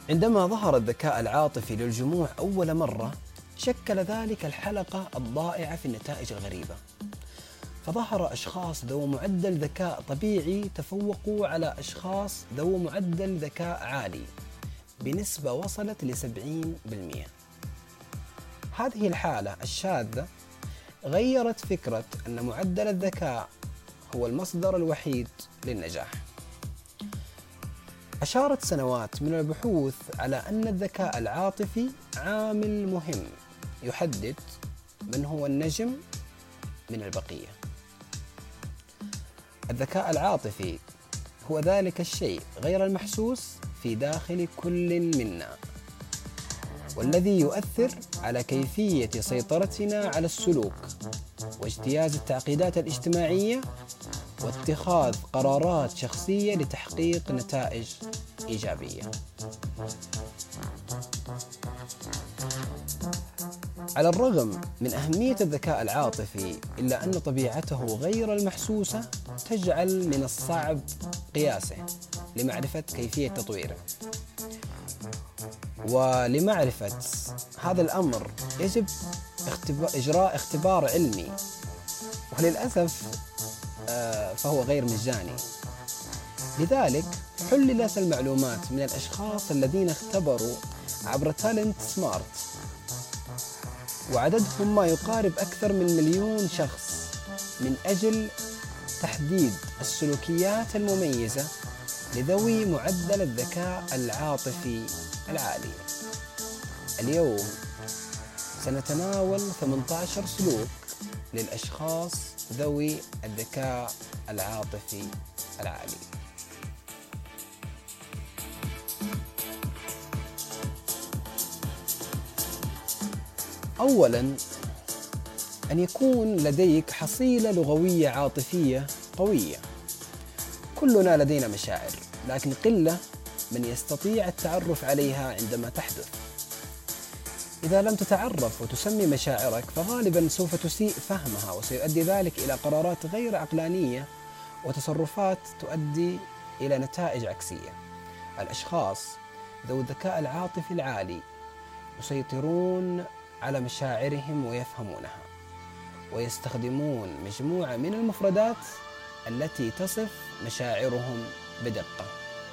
عندما ظهر الذكاء العاطفي للجموع أول مرة، شكل ذلك الحلقة الضائعة في النتائج الغريبة. فظهر أشخاص ذو معدل ذكاء طبيعي تفوقوا على أشخاص ذو معدل ذكاء عالي بنسبة وصلت ل70%. هذه الحالة الشاذة غيرت فكرة أن معدل الذكاء هو المصدر الوحيد للنجاح. أشارت سنوات من البحوث على أن الذكاء العاطفي عامل مهم يحدد من هو النجم من البقية. الذكاء العاطفي هو ذلك الشيء غير المحسوس في داخل كل منا، والذي يؤثر على كيفية سيطرتنا على السلوك واجتياز التعقيدات الاجتماعية واتخاذ قرارات شخصية لتحقيق نتائج إيجابية. على الرغم من أهمية الذكاء العاطفي، إلا أن طبيعته غير المحسوسة تجعل من الصعب قياسه لمعرفة كيفية تطويره. ولمعرفة هذا الأمر يجب إجراء اختبار علمي، وللأسف فهو غير مجاني. لذلك حللت المعلومات من الأشخاص الذين اختبروا عبر تالنت سمارت، وعددهم ما يقارب أكثر من 1,000,000 شخص، من أجل تحديد السلوكيات المميزة لذوي معدل الذكاء العاطفي العالي. اليوم سنتناول 18 سلوك للأشخاص ذوي الذكاء العاطفي العالي. أولاً، أن يكون لديك حصيلة لغوية عاطفية قوية. كلنا لدينا مشاعر، لكن قلة من يستطيع التعرف عليها عندما تحدث. إذا لم تتعرف وتسمي مشاعرك، فغالباً سوف تسيء فهمها، وسيؤدي ذلك إلى قرارات غير عقلانية وتصرفات تؤدي إلى نتائج عكسية. الأشخاص ذو الذكاء العاطفي العالي يسيطرون على مشاعرهم ويفهمونها، ويستخدمون مجموعة من المفردات التي تصف مشاعرهم بدقة.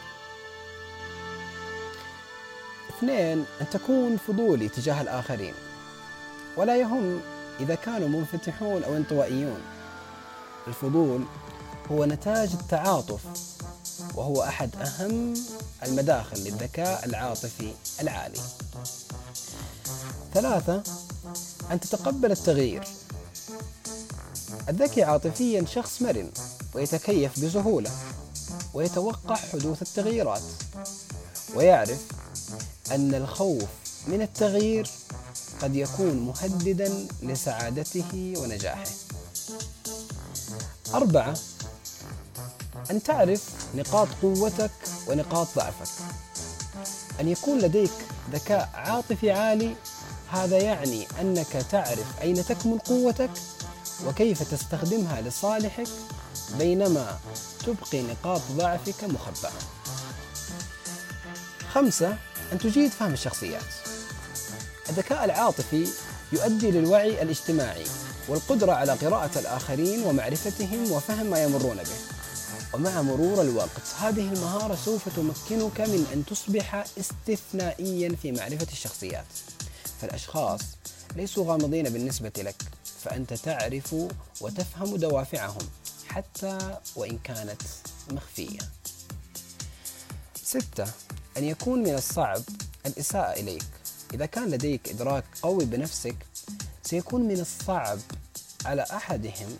2. أن تكون فضولي تجاه الآخرين، ولا يهم إذا كانوا منفتحون أو انطوائيون. الفضول هو نتاج التعاطف، وهو أحد أهم المداخل للذكاء العاطفي العالي. 3. أن تتقبل التغيير. الذكي عاطفياً شخص مرن ويتكيف بسهولة، ويتوقع حدوث التغييرات، ويعرف أن الخوف من التغيير قد يكون مهدداً لسعادته ونجاحه. 4. أن تعرف نقاط قوتك ونقاط ضعفك. أن يكون لديك ذكاء عاطفي عالي، هذا يعني أنك تعرف أين تكمن قوتك وكيف تستخدمها لصالحك، بينما تبقي نقاط ضعفك مخبأة. 5. أن تجيد فهم الشخصيات. الذكاء العاطفي يؤدي للوعي الاجتماعي والقدرة على قراءة الآخرين ومعرفتهم وفهم ما يمرون به. ومع مرور الوقت، هذه المهارة سوف تمكنك من أن تصبح استثنائياً في معرفة الشخصيات. فالأشخاص ليسوا غامضين بالنسبة لك، فأنت تعرف وتفهم دوافعهم حتى وإن كانت مخفية. 6. أن يكون من الصعب الإساءة إليك. إذا كان لديك إدراك قوي بنفسك، سيكون من الصعب على أحدهم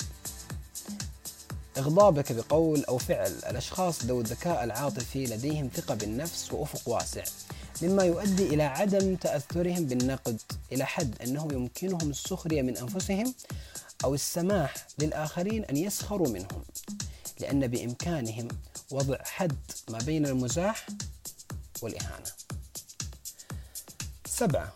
إغضابك بقول أو فعل. الأشخاص ذو الذكاء العاطفي لديهم ثقة بالنفس وأفق واسع، مما يؤدي إلى عدم تأثرهم بالنقد، إلى حد أنه يمكنهم السخرية من أنفسهم أو السماح للآخرين أن يسخروا منهم، لأن بإمكانهم وضع حد ما بين المزاح والإهانة. 7.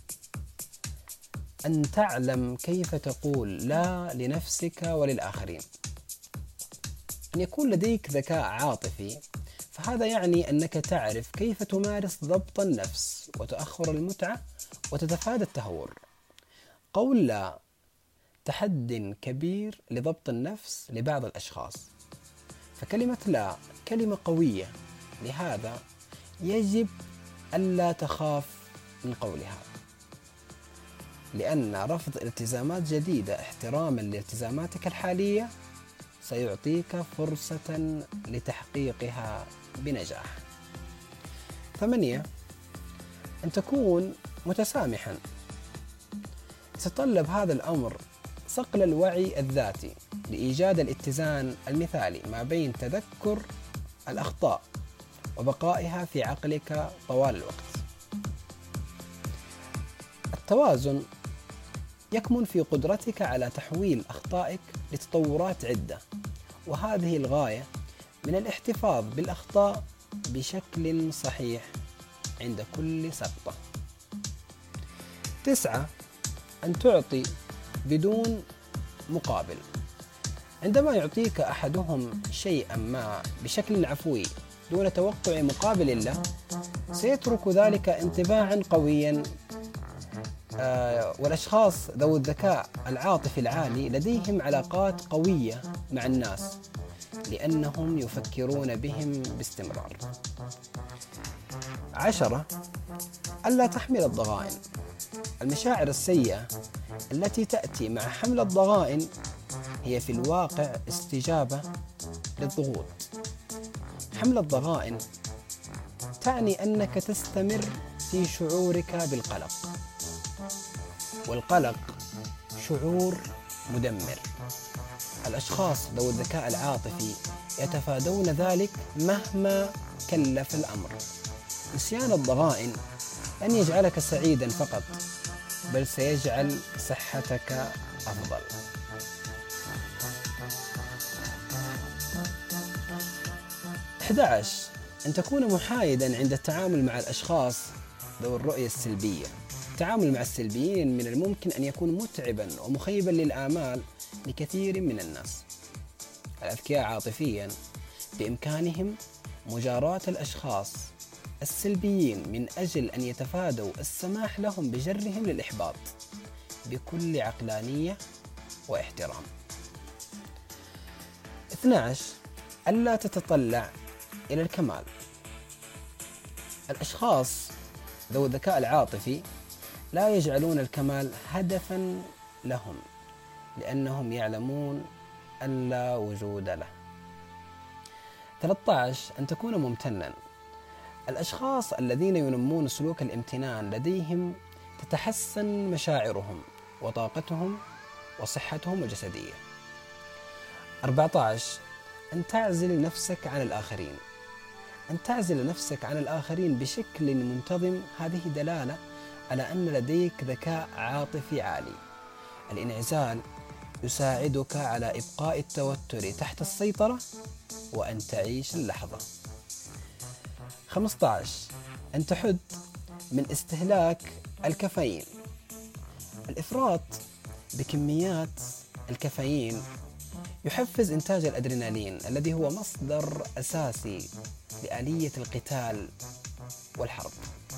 أن تعلم كيف تقول لا لنفسك وللآخرين. أن يكون لديك ذكاء عاطفي فهذا يعني أنك تعرف كيف تمارس ضبط النفس وتأخر المتعة وتتفادى التهور. قول لا تحد كبير لضبط النفس لبعض الأشخاص، فكلمة لا كلمة قوية، لهذا يجب ألا تخاف من قولها، لأن رفض التزامات جديدة احتراما لالتزاماتك الحالية سيعطيك فرصة لتحقيقها بنجاح. 8. أن تكون متسامحا. يتطلب هذا الأمر صقل الوعي الذاتي لإيجاد الاتزان المثالي ما بين تذكر الأخطاء وبقائها في عقلك طوال الوقت. التوازن يكمن في قدرتك على تحويل أخطائك لتطورات عدة، وهذه الغاية من الاحتفاظ بالأخطاء بشكل صحيح عند كل سقطة. 9. أن تعطي بدون مقابل. عندما يعطيك أحدهم شيئا ما بشكل عفوي دون توقع مقابل له، سيترك ذلك انطباعا قويا. والأشخاص ذو الذكاء العاطفي العالي لديهم علاقات قوية مع الناس لأنهم يفكرون بهم باستمرار. 10. ألا تحمل الضغائن. المشاعر السيئة التي تأتي مع حمل الضغائن هي في الواقع استجابة للضغوط. حمل الضغائن تعني أنك تستمر في شعورك بالقلق، والقلق شعور مدمر. الأشخاص ذو الذكاء العاطفي يتفادون ذلك مهما كلف الأمر. نسيان الضغائن لن يجعلك سعيدا فقط، بل سيجعل صحتك أفضل. 11. أن تكون محايدا عند التعامل مع الأشخاص ذو الرؤية السلبية. التعامل مع السلبيين من الممكن أن يكون متعبا ومخيبا للآمال لكثير من الناس. الأذكياء عاطفيا بإمكانهم مجاراة الأشخاص السلبيين من أجل أن يتفادوا السماح لهم بجرهم للإحباط بكل عقلانية واحترام. 12. ألا تتطلع إلى الكمال. الأشخاص ذو الذكاء العاطفي لا يجعلون الكمال هدفا لهم لأنهم يعلمون أن لا وجود له. 13. أن تكون ممتنا. الأشخاص الذين ينمون سلوك الامتنان لديهم تتحسن مشاعرهم وطاقتهم وصحتهم الجسدية. 14. أن تعزل نفسك عن الآخرين. أن تعزل نفسك عن الآخرين بشكل منتظم هذه دلالة على أن لديك ذكاء عاطفي عالي. الانعزال يساعدك على إبقاء التوتر تحت السيطرة وأن تعيش اللحظة. 15. أن تحد من استهلاك الكافيين. الإفراط بكميات الكافيين يحفز إنتاج الأدرينالين الذي هو مصدر أساسي لآلية القتال والحرب.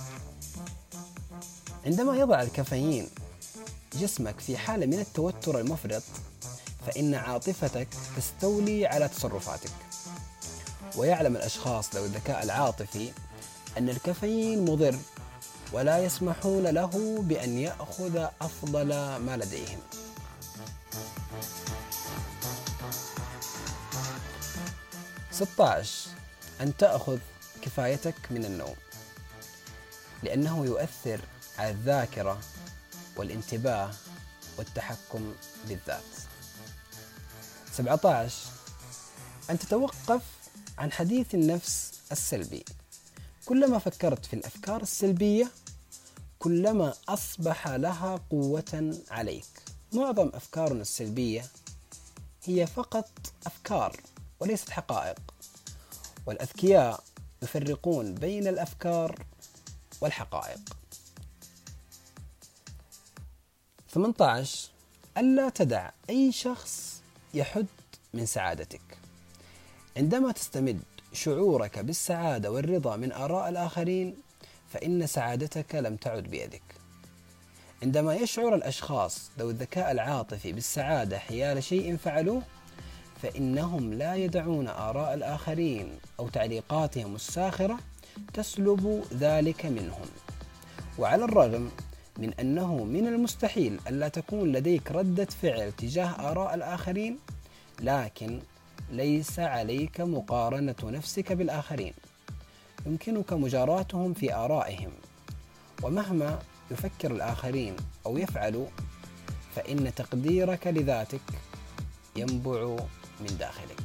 عندما يضع الكافيين جسمك في حالة من التوتر المفرط، فإن عاطفتك تستولي على تصرفاتك. ويعلم الأشخاص ذوي الذكاء العاطفي أن الكافيين مضر ولا يسمحون له بأن يأخذ أفضل ما لديهم. 16. أن تأخذ كفايتك من النوم، لأنه يؤثر على الذاكرة والانتباه والتحكم بالذات. 17. أن تتوقف عن حديث النفس السلبي. كلما فكرت في الأفكار السلبية كلما أصبح لها قوة عليك. معظم أفكارنا السلبية هي فقط أفكار وليست حقائق، والأذكياء يفرقون بين الأفكار والحقائق. 18. ألا تدع أي شخص يحد من سعادتك. عندما تستمد شعورك بالسعادة والرضا من آراء الآخرين، فإن سعادتك لم تعد بيدك. عندما يشعر الأشخاص ذوي الذكاء العاطفي بالسعادة حيال شيء فعلوه، فإنهم لا يدعون آراء الآخرين أو تعليقاتهم الساخرة تسلب ذلك منهم. وعلى الرغم من أنه من المستحيل ألا تكون لديك ردة فعل تجاه آراء الآخرين، لكن ليس عليك مقارنة نفسك بالآخرين. يمكنك مجاراتهم في آرائهم، ومهما يفكر الآخرين أو يفعلوا، فإن تقديرك لذاتك ينبع من داخلك.